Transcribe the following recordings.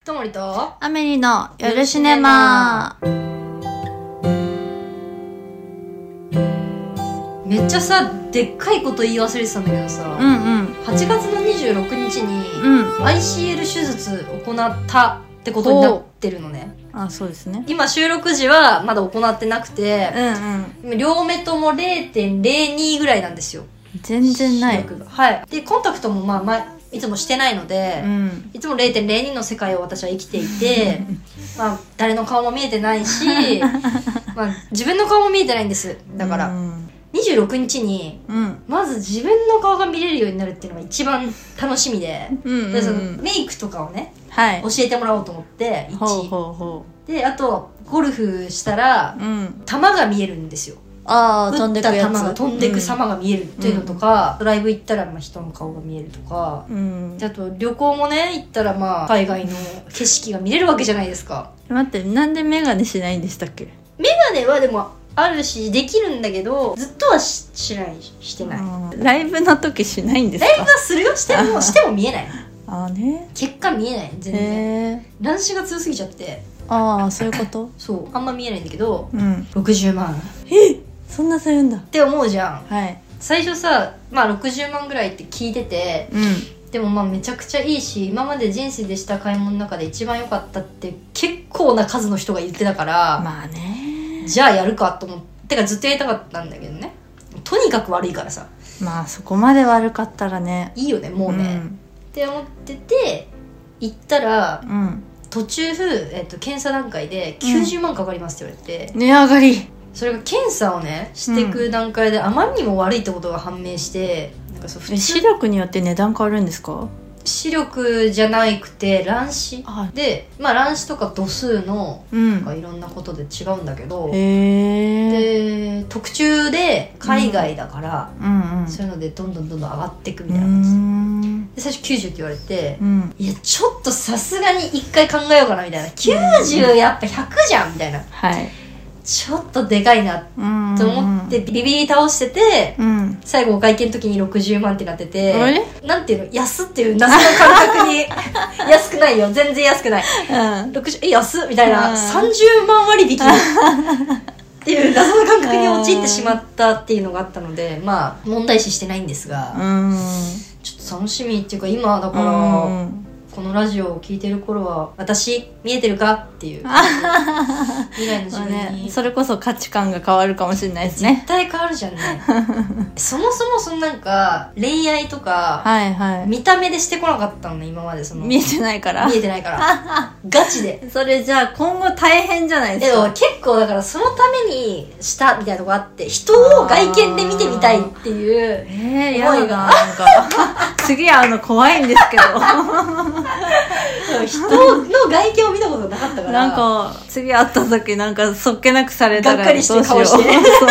ともりとアメリの夜シネマ。 めっちゃさ、でっかいこと言い忘れてたんだけどさ、8月の26日に ICL 手術行ったってことになってるのね。 あ、そうですね。 今収録時はまだ行ってなくて、両目とも 0.02 ぐらいなんですよ。 全然ない。 はい。で、コンタクトもいつもしてないので、いつも 0.02 の世界を私は生きていて、誰の顔も見えてないし、自分の顔も見えてないんです。だから、26日に、まず自分の顔が見れるようになるっていうのが一番楽しみで、でそのメイクとかをね、教えてもらおうと思って、で、あと、ゴルフしたら、球が見えるんですよ。 飛んでくやつ。 打った球が飛んでいく様が見えるっていうのとか、ドライブ行ったら人の顔が見えるとか、であと旅行もね、行ったら海外の景色が見れるわけじゃないですか。 待って、なんでメガネしないんでしたっけ？ メガネはでもあるし、できるんだけど、ずっとはしてない。 ライブの時しないんですか？ ライブはするよ、しても見えない。結果見えない、全然。乱視が強すぎちゃって。 そういうこと？ そう、あんま見えないんだけど、60万。 そんなするんだって思うじゃん。 はい。 最初さ、60万ぐらいって聞いてて、でもめちゃくちゃいいし、今まで人生でした買い物の中で一番良かったって結構な数の人が言ってたから、じゃあやるかと思って、ずっとやりたかったんだけどね。とにかく悪いからさ。 そこまで悪かったらね。 いいよね、もうね。って思ってて、行ったら、途中、検査段階で90万かかりますって言われて。 値上がり。 それが検査をねしていく段階であまりにも悪いってことが判明して、 視力によって値段変わるんですか？ 視力じゃなくて乱視で、乱視とか度数のいろんなことで違うんだけど、で特注で海外だから、そういうのでどんどん上がっていくみたいな感じで、最初90って言われて、いやちょっとさすがに一回考えようかなみたいな、90やっぱ100じゃんみたいな、ちょっとでかいなと思ってビビり倒してて、最後お会計の時に60万ってなってて、なんていうの、安っていう謎の感覚に安くないよ、全然安くない、安みたいな、30万割引っていう謎の感覚に陥ってしまったっていうのがあったので、問題視してないんですが、ちょっと楽しみっていうか、今だから、このラジオを聞いてる頃は私見えてるかっていう未来の自分に、 それこそ価値観が変わるかもしれないですね。 絶対変わるじゃんねそもそもなんか恋愛とか、見た目でしてこなかったのね、今まで。 見えてないからガチで。 それじゃあ今後大変じゃないですか。 でも結構だからそのためにしたみたいなとこあって、人を外見で見てみたいっていう思いが次会うの怖いんですけど人の外見を見たことなかったから、 なんか次会った時なんかそっけなくされたらがっかりして顔して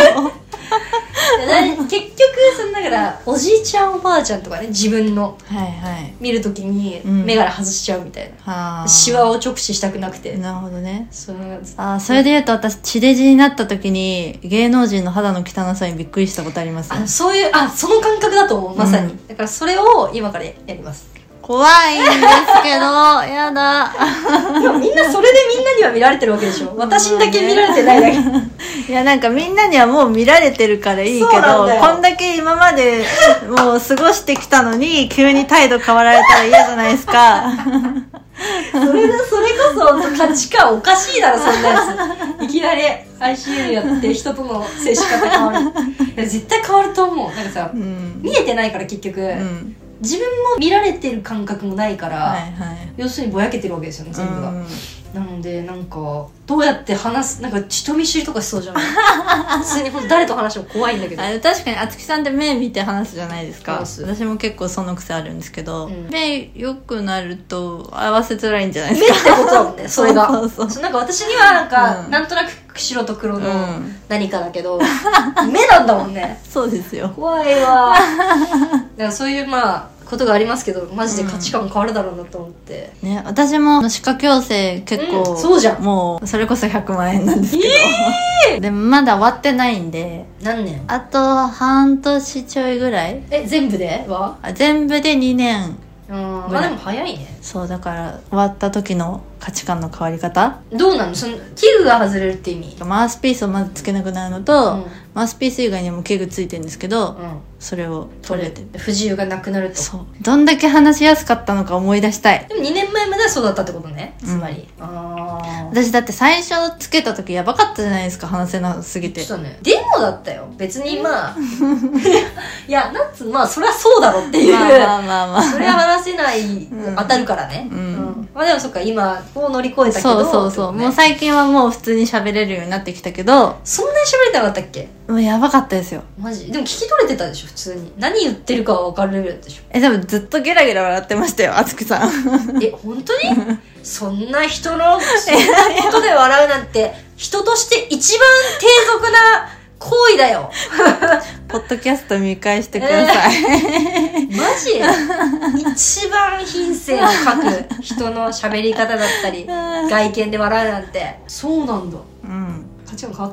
結局だからおじいちゃんおばあちゃんとかね、自分の見るときに眼鏡外しちゃうみたいな、シワを直視したくなくて。 なるほどね。 それで言うと、私地デジになった時に芸能人の肌の汚さにびっくりしたことあります。 そういうその感覚だと思う、まさに。だからそれを今からやります。 怖いんですけどやだでもみんなそれでみんなには見られてるわけでしょ。私にだけ見られてないだけいや、なんかみんなにはもう見られてるからいいけど、こんだけ今までもう過ごしてきたのに急に態度変わられたら嫌じゃないですかそれこそ価値観おかしいだろ、そんなやつ。いきなり ICL やって人との接し方変わる。いや絶対変わると思う。なんかさ、見えてないから結局、自分も見られてる感覚もないから、要するにぼやけてるわけですよね、全部が。なのでなんかどうやって話す、なんか人見知りとかしそうじゃない普通に誰と話しても怖いんだけど。 確かにあつきさんって目見て話すじゃないですか。私も結構その癖あるんですけど、目良くなると合わせづらいんじゃないですか。 目ってことだもんね、それが。なんか私にはなんとなく白と黒の何かだけど、目なんだもんね。 そうですよ。 怖いわだからそういうことがありますけど、マジで価値観変わるだろうなと思って、 ね。私も歯科矯正結構、 そうじゃん、 もうそれこそ100万円なんですけど、でもまだ終わってないんで。 何年？ あと半年ちょいぐらい。 全部では？ 全部で2年まあでも早いね。 そうだから終わった時の価値観の変わり方。 どうなの、その器具が外れるって意味？ マウスピースをまずつけなくなるのと、マウスピース以外にも器具ついてるんですけど、それを取れて不自由がなくなると。 そう、どんだけ話しやすかったのか思い出したい。 でも2年前まではそうだったってことね、つまり。 私だって最初つけた時やばかったじゃないですか、話せなすぎて。 そうね、デモだったよ別に。まあいやなんつう、まあそりゃそうだろっていう、まあそれは話せない、当たるからね。まあでもそっか、今を乗り越えたけど。 そう、もう最近はもう普通に喋れるようになってきたけど。 そんなに喋れてなかったっけ？ もうやばかったですよマジ。でも聞き取れてたでしょ普通に。何言ってるかは分かるレベルでしょ。 でもずっとゲラゲラ笑ってましたよ、あつきさん。 本当にそんな人のそんなことで笑うなんて人として一番低俗な行為だよ。 ポッドキャスト見返してください。 マジ一番品性を欠く人の喋り方だったり外見で笑うなんて。そうなんだ。価値観変わった？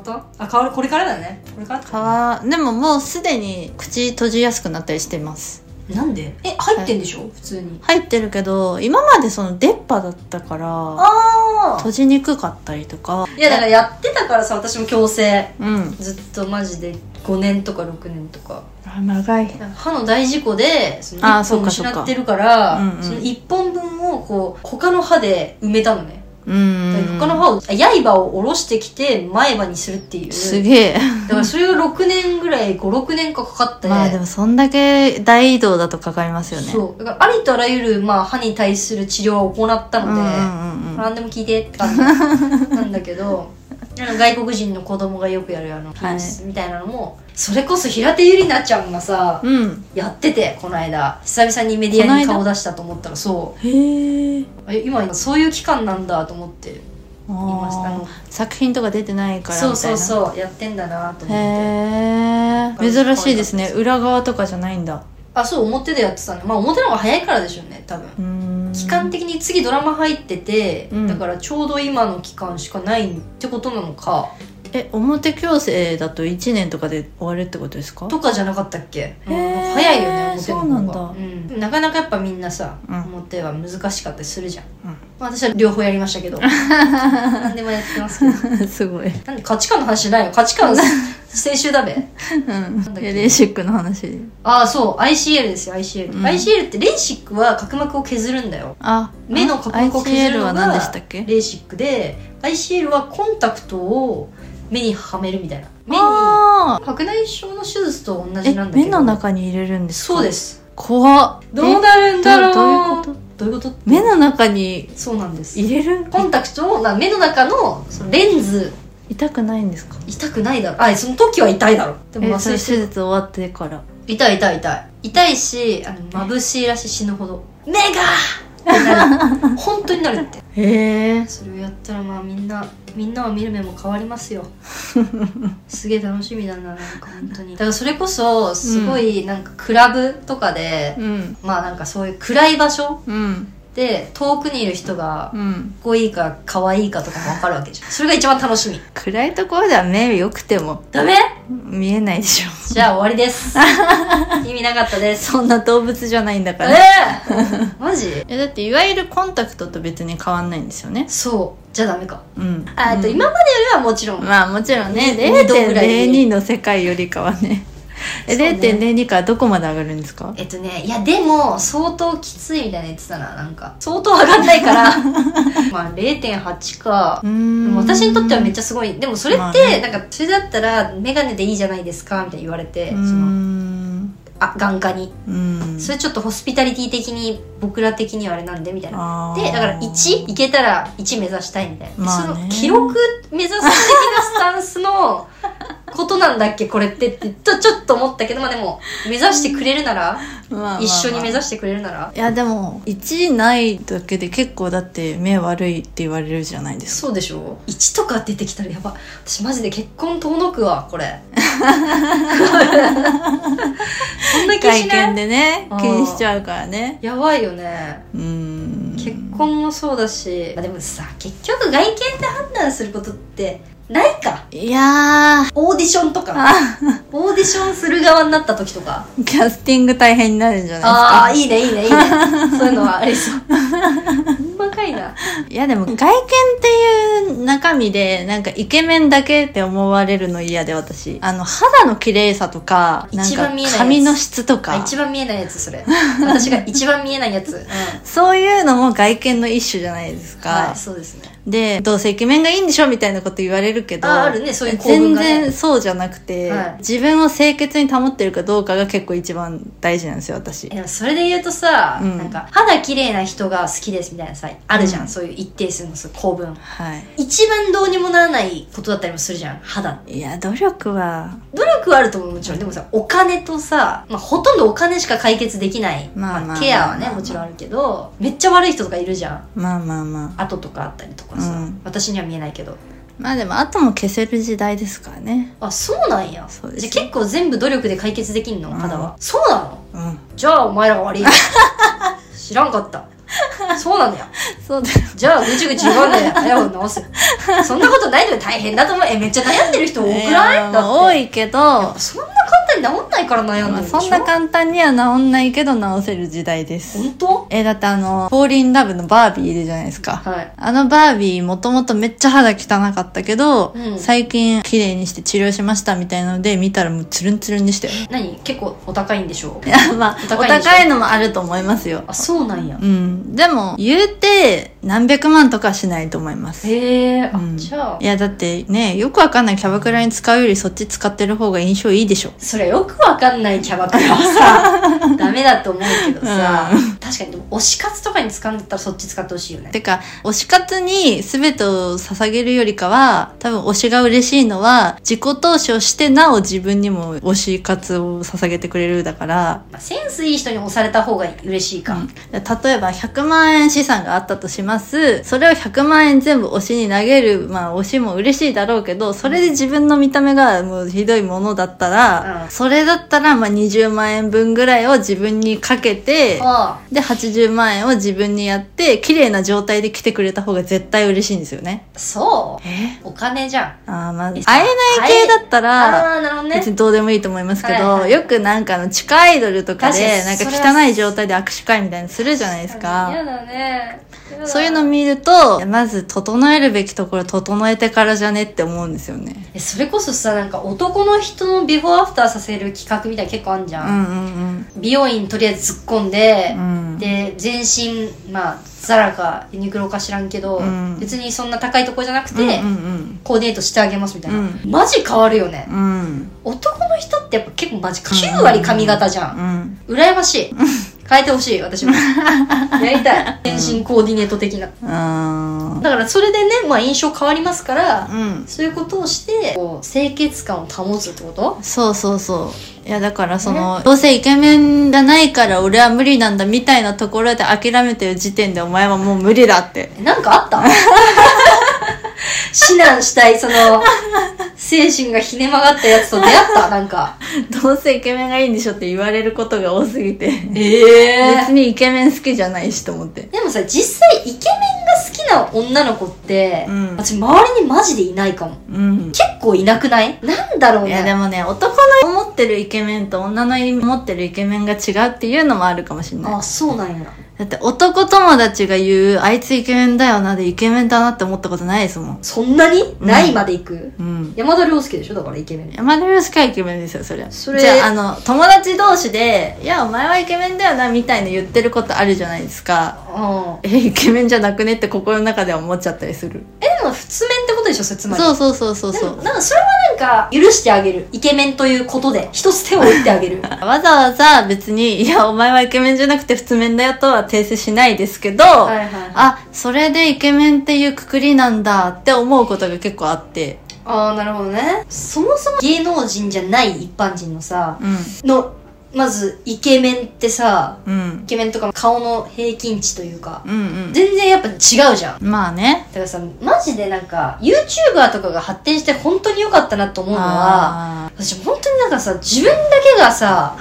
変わる。これからだね。これからでももうすでに口閉じやすくなったりしてます。 なんで？入ってんでしょ、普通に。 入ってるけど今までその出っ歯だったから閉じにくかったりとか。 いやだからやってたからさ、私も矯正、ずっとマジで5年とか6年とか。 長い。 歯の大事故でその1本失ってるから、その1本分をこう他の歯で埋めたのね。他の歯を刃を下ろしてきて前歯にするっていう。 すげえ。 だからそれを6年ぐらい56年かかって。 まあでもそんだけ大移動だとかかりますよね。 そうだからありとあらゆる、まあ、歯に対する治療を行ったので、何でも聞いてって感じなんだけど外国人の子供がよくやるピアスみたいなのも、それこそ平手友梨奈ちゃんがさ、やってて、この間久々にメディアに顔出したと思ったら、そうへえ、今そういう期間なんだと思っていました。 作品とか出てないからみたいな。 そうやってんだなと思って。 へえ、珍しいですね。裏側とかじゃないんだ。 そう、表でやってたね。まあ表の方が早いからでしょうね多分。期間的に次ドラマ入ってて、だからちょうど今の期間しかないってことなのか。 表矯正だと1年とかで終わるってことですか？ とかじゃなかったっけ？早いよね、表の方が。そうなんだ。なかなかやっぱみんなさ、表は難しかったりするじゃん。私は両方やりましたけど。何でもやってますけど。すごい。なんで価値観の話じゃないよ。価値観先週だべ。レーシックの話。 そう、ICL ですよ、ICL。ICL ってレーシックは角膜を削るんだよ。目の角膜を削るのがレーシックで、ICL はコンタクトを目にはめるみたいな。目に白内障の手術と同じなんだけど。 目の中に入れるんですか？ そうです。 怖っ。 どうなるんだろう。どういうこと？ 目の中にそうなんです入れるコンタクトを目の中のレンズ。 痛くないんですか？ 痛くないだろ。その時は痛いだろ。でもそれ手術終わってから痛いし、眩しいらしい、死ぬほど。目がってなる。本当になるって。へえ。それをやったらまあみんなを見る目も変わりますよ。すげえ楽しみだな、なんか本当に。だからそれこそすごいなんかクラブとかで、まあなんかそういう暗い場所、で遠くにいる人がかっこいいか可愛いかとかも分かるわけじゃん。それが一番楽しみ。 暗いところでは目良くてもダメ？ 見えないでしょ。 じゃあ終わりです。意味なかったです。 そんな動物じゃないんだから。 マジ？ だっていわゆるコンタクトと別に変わんないんですよね。 そうじゃダメか。今までよりはもちろん、 まあもちろんね、0.02 の世界よりかはね。0.02 からどこまで上がるんですか？ いやでも相当きついみたいな言ってたな。なんか相当上がんないからまあ 0.8 か。でも私にとってはめっちゃすごい。でもそれって、なんかそれだったらメガネでいいじゃないですかみたいに言われて、眼科に、それちょっとホスピタリティ的に僕ら的にはあれなんでみたいな。でだから1いけたら1目指したいみたいな、その記録目指す的なスタンスのことなんだっけこれってちょっと思ったけど、まあでも目指してくれるなら一緒に目指してくれるなら。 いやでも1ないだけで結構だって目悪いって言われるじゃないですか。 そうでしょ。1とか出てきたらやば。私マジで結婚遠のくわこれ。そんな気しない？ 会見でね気にしちゃうからね。 やばいよね。結婚もそうだし、でもさ結局外見で判断することってないか。 いやー、 オーディションとか。オーディションする側になった時とか。 キャスティング大変になるんじゃないですか。 ああ、いいね。そういうのはありそう。細かいな。 いやでも、外見っていう中身で、なんかイケメンだけって思われるの嫌で、私。肌の綺麗さとか、なんか髪の質とか。 一番見えないやつ、それ。私が一番見えないやつ。 そういうのも外見の一種じゃないですか。 はい、そうですね。 で、どうせイケメンがいいんでしょみたいなこと言われるけど。 あるね、そういう構文がね。 全然そうじゃなくて、自分を清潔に保ってるかどうかが結構一番大事なんですよ、私。 でもそれで言うとさ、なんか、肌綺麗な人が好きですみたいなさ、あるじゃん、そういう一定数の構文。はい。一番どうにもならないことだったりもするじゃん、肌。 いや、努力はあると思う、もちろん。でもさ、お金とさ、ほとんどお金しか解決できない。ケアはね、もちろんあるけど、めっちゃ悪い人とかいるじゃん。跡とかあったりとかさ、私には見えないけど。 まあでも後も消せる時代ですからね。 あ、そうなんや。じゃあ結構全部努力で解決できんの、肌は。そうなの？じゃあお前らが悪い。知らんかった。そうなんだよ。 そうだよ。 じゃあぐちぐち言わんで早く直す。そんなことないのに大変だと思う。めっちゃ悩んでる人多くない？だって。 多いけど、 そんな簡単に治んないから悩んでるでしょ。 そんな簡単には治んないけど治せる時代です。 本当？ だってフォーリンラブのバービーいるじゃないですか。はい。バービーもともとめっちゃ肌汚かったけど、最近綺麗にして治療しましたみたいなので見たらもうツルンツルンでしたよ。 何？結構お高いんでしょう？ いや、まあ、お高いのもあると思いますよ。 あ、そうなんや。 でも、言うて、何百万とかしないと思います。 へえ、じゃあ。 いや、だってね、よくわかんないキャバクラに使うよりそっち使ってる方が印象いいでしょ。 それよくわかんないキャバクラはさ、ダメだと思うけどさ、確かにでも推し活とかに使うんだったらそっち使ってほしいよね。 てか、推し活に全てを捧げるよりかは、多分推しが嬉しいのは、自己投資をしてなお自分にも推し活を捧げてくれるだから。 センスいい人に推された方が嬉しいか。 例えば100万円資産があったとします。それを100万円全部推しに投げる。まあ推しも嬉しいだろうけど、それで自分の見た目がもうひどいものだったら、それだったらまあ20万円分ぐらいを自分にかけて、で80万円を自分にやって、綺麗な状態で来てくれた方が絶対嬉しいんですよね。 そう？お金じゃん。 まあ、会えない系だったら、別にどうでもいいと思いますけど、よくなんか地下アイドルとかで、なんか汚い状態で握手会みたいにするじゃないですか。 嫌だね。 そういうの見ると、まず整えるべきところ整えてからじゃねって思うんですよね。 それこそさ、なんか男の人のビフォーアフターさせる企画みたいな結構あんじゃん。美容院とりあえず突っ込んで、で、全身、まあ、ザラかユニクロか知らんけど、別にそんな高いとこじゃなくて、コーディネートしてあげますみたいな。マジ変わるよね。男の人ってやっぱ結構マジ9割髪型じゃん。羨ましい。変えてほしい、私も。やりたい。全身コーディネート的な。だからそれでね、まあ印象変わりますから、そういうことをして、こう、清潔感を保つってこと？ そうそうそう。いやだからどうせイケメンがないから俺は無理なんだみたいなところで諦めてる時点でお前はもう無理だって。 なんかあった？指南したい、精神がひね曲がったやつと出会った？なんか。 どうせイケメンがいいんでしょって言われることが多すぎて。別にイケメン好きじゃないしと思って。 でもさ、実際イケメンが好きな女の子って、私周りにマジでいないかも。結構いなくない？なんだろうね。 いやでもね、男の思ってるイケメンと女の思ってるイケメンが違うっていうのもあるかもしれない。 あ、そうなんや。 だって男友達が言う、あいつイケメンだよなでイケメンだなって思ったことないですもん。 そんなに？ないまで行く？山田涼介でしょ？だからイケメン。 山田涼介はイケメンですよ、それ。じゃあ、友達同士で、いや、お前はイケメンだよな、みたいな言ってることあるじゃないですか。イケメンじゃなくねって心の中では思っちゃったりする。 でも普通面ってことでしょ、つまり。 そう。 なんかそれはなんか、許してあげる。イケメンということで、一つ手を打ってあげる。 わざわざ別に、いや、お前はイケメンじゃなくて普通面だよとは訂正しないですけど、あ、それでイケメンっていうくくりなんだって思うことが結構あって。 ああ、なるほどね。そもそも芸能人じゃない一般人のさ、まずイケメンってさ、イケメンとか顔の平均値というか、全然やっぱ違うじゃん。 まあね。 だからさ、マジでなんか YouTuber とかが発展して本当に良かったなと思うのは、私本当になんかさ、自分だけがさ、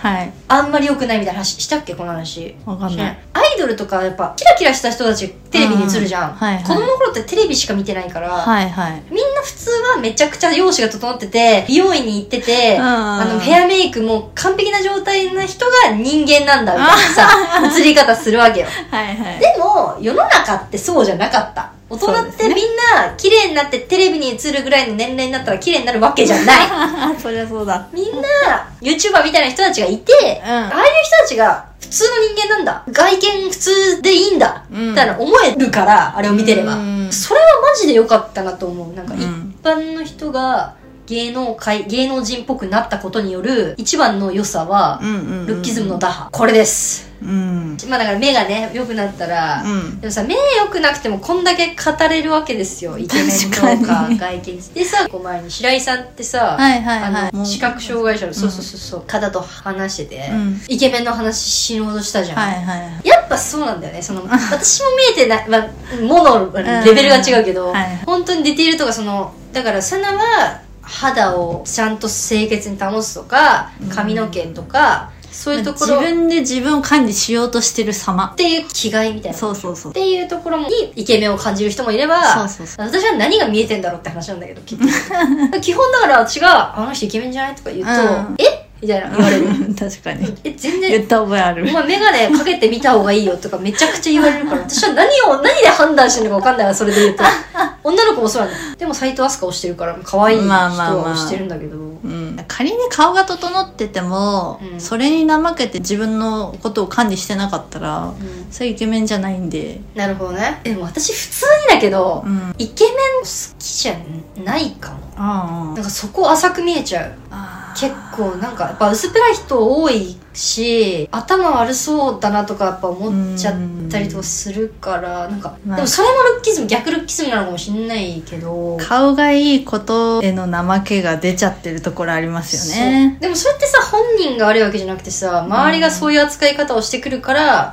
あんまり良くないみたいな話したっけ、この話。 わかんない。 アイドルとかやっぱキラキラした人たちテレビに映るじゃん、はいはい、子供の頃ってテレビしか見てないから、はいはい、みんな普通はめちゃくちゃ容姿が整ってて美容院に行ってて、ヘアメイクも完璧な状態な人が人間なんだみたいなさ映り方するわけよはい、はい、でも世の中ってそうじゃなかった。大人ってみんな綺麗になってテレビに映るぐらいの年齢になったら綺麗になるわけじゃないそりゃそうだ。 みんな YouTuber みたいな人たちがいて、ああいう人たちが普通の人間なんだ、外見普通でいいんだ、みたいな思えるからあれを見てれば、それはマジで良かったなと思う。なんか一般の人が芸能人っぽくなったことによる一番の良さは、ルッキズムの打破、これです。まあだから目がね良くなったら、でもさ目良くなくてもこんだけ語れるわけですよ、イケメンとか外見でさ、こう前に白井さんってさ、視覚障害者のそう方と話してて、イケメンの話死ぬほどしたじゃん、やっぱそうなんだよね。その私も見えてない、まあ、ものレベルが違うけど、本当にディテールとかだからサナは肌をちゃんと清潔に保つとか髪の毛とか、そういうところ自分で自分を管理しようとしてる様っていう気概みたいな、 そうっていうところにイケメンを感じる人もいれば、私は何が見えてんだろうって話なんだけど基本だから私があの人イケメンじゃないとか言うと、えみたいな言われる確かに全然言った覚えある。 お前メガネかけてみた方がいいよとかめちゃくちゃ言われるから私は何で判断してるのか分かんないわ。それで言うと女の子もそうなんだ。でも斎藤飛鳥をしてるから可愛い人はしてるんだけど、 仮に顔が整ってても、それに怠けて自分のことを管理してなかったら、それイケメンじゃないんで。 なるほどね。でも私普通にだけど、イケメン好きじゃないかも。なんかそこ浅く見えちゃう。結構なんかやっぱ薄っぺらい人多いし、頭悪そうだなとかやっぱ思っちゃったりとかするから、なんか、でもそれもルッキズム、逆ルッキズムなのかもしんないけど、 顔がいいことへの怠けが出ちゃってるところありますよね。 でもそれってさ、本人が悪いわけじゃなくてさ、周りがそういう扱い方をしてくるから、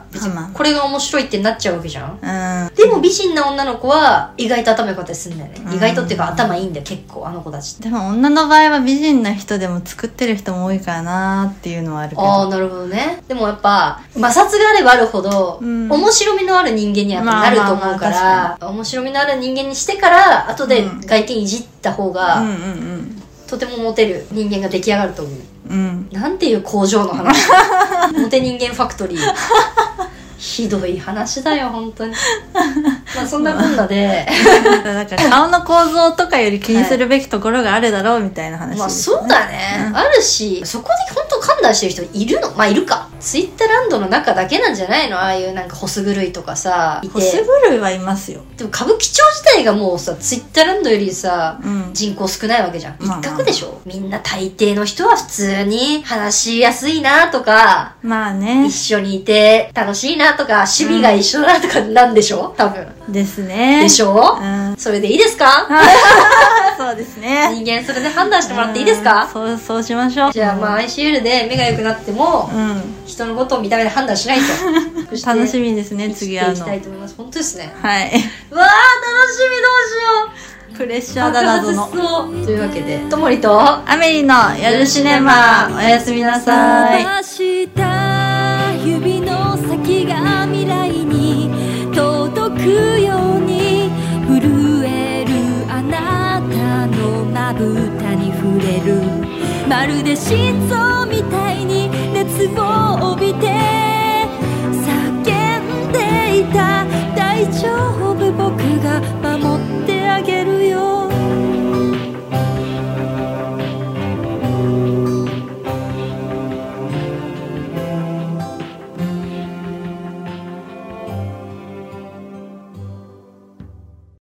別にこれが面白いってなっちゃうわけじゃん。でも美人な女の子は意外と頭良かったりするんだよね。意外とっていうか頭いいんだよ結構、あの子たちって。 でも女の場合は美人な人でも作ってる人も多いからなーっていうのはあるけど。 ああ、なるほどね。でもやっぱ摩擦があればあるほど、面白みのある人間にはなると思うから、面白みのある人間にしてから後で外見いじった方が、とてもモテる人間が出来上がると思う。なんていう工場の話モテ人間ファクトリーひどい話だよ本当にまあそんなこんなでだから顔の構造とかより気にするべきところがあるだろうみたいな話ですね。 まあそうだね、あるし、そこで本当勘断してる人いるの？まあいるか。ツイッターランドの中だけなんじゃないの？ああいうなんかホス狂いとかさいて。 ホス狂いはいますよ。 でも歌舞伎町自体がもうさ、ツイッターランドよりさ、人口少ないわけじゃん。一角でしょ、みんな大抵の人は普通に話しやすいなとか、 まあね、 一緒にいて楽しいなとか、趣味が一緒だとかなんでしょ多分。 ですね。 でしょ、それでいいですかそうですね。 人間それで判断してもらっていいですか？ そうしましょう。 じゃあまあ ICL で目が良くなっても、人のことを見た目で判断しないと楽しみですね。次は生きていきたいと思います。本当ですね。 はい。 わあ楽しみ、どうしよう。 プレッシャーだなどの。 というわけで、ともりとアメリの夜シネマ、おやすみなさい。指の先が未来に届くように震えるあなたのまぶたに触れる、まるで心臓みたいに熱を帯びて叫んでいた。大丈夫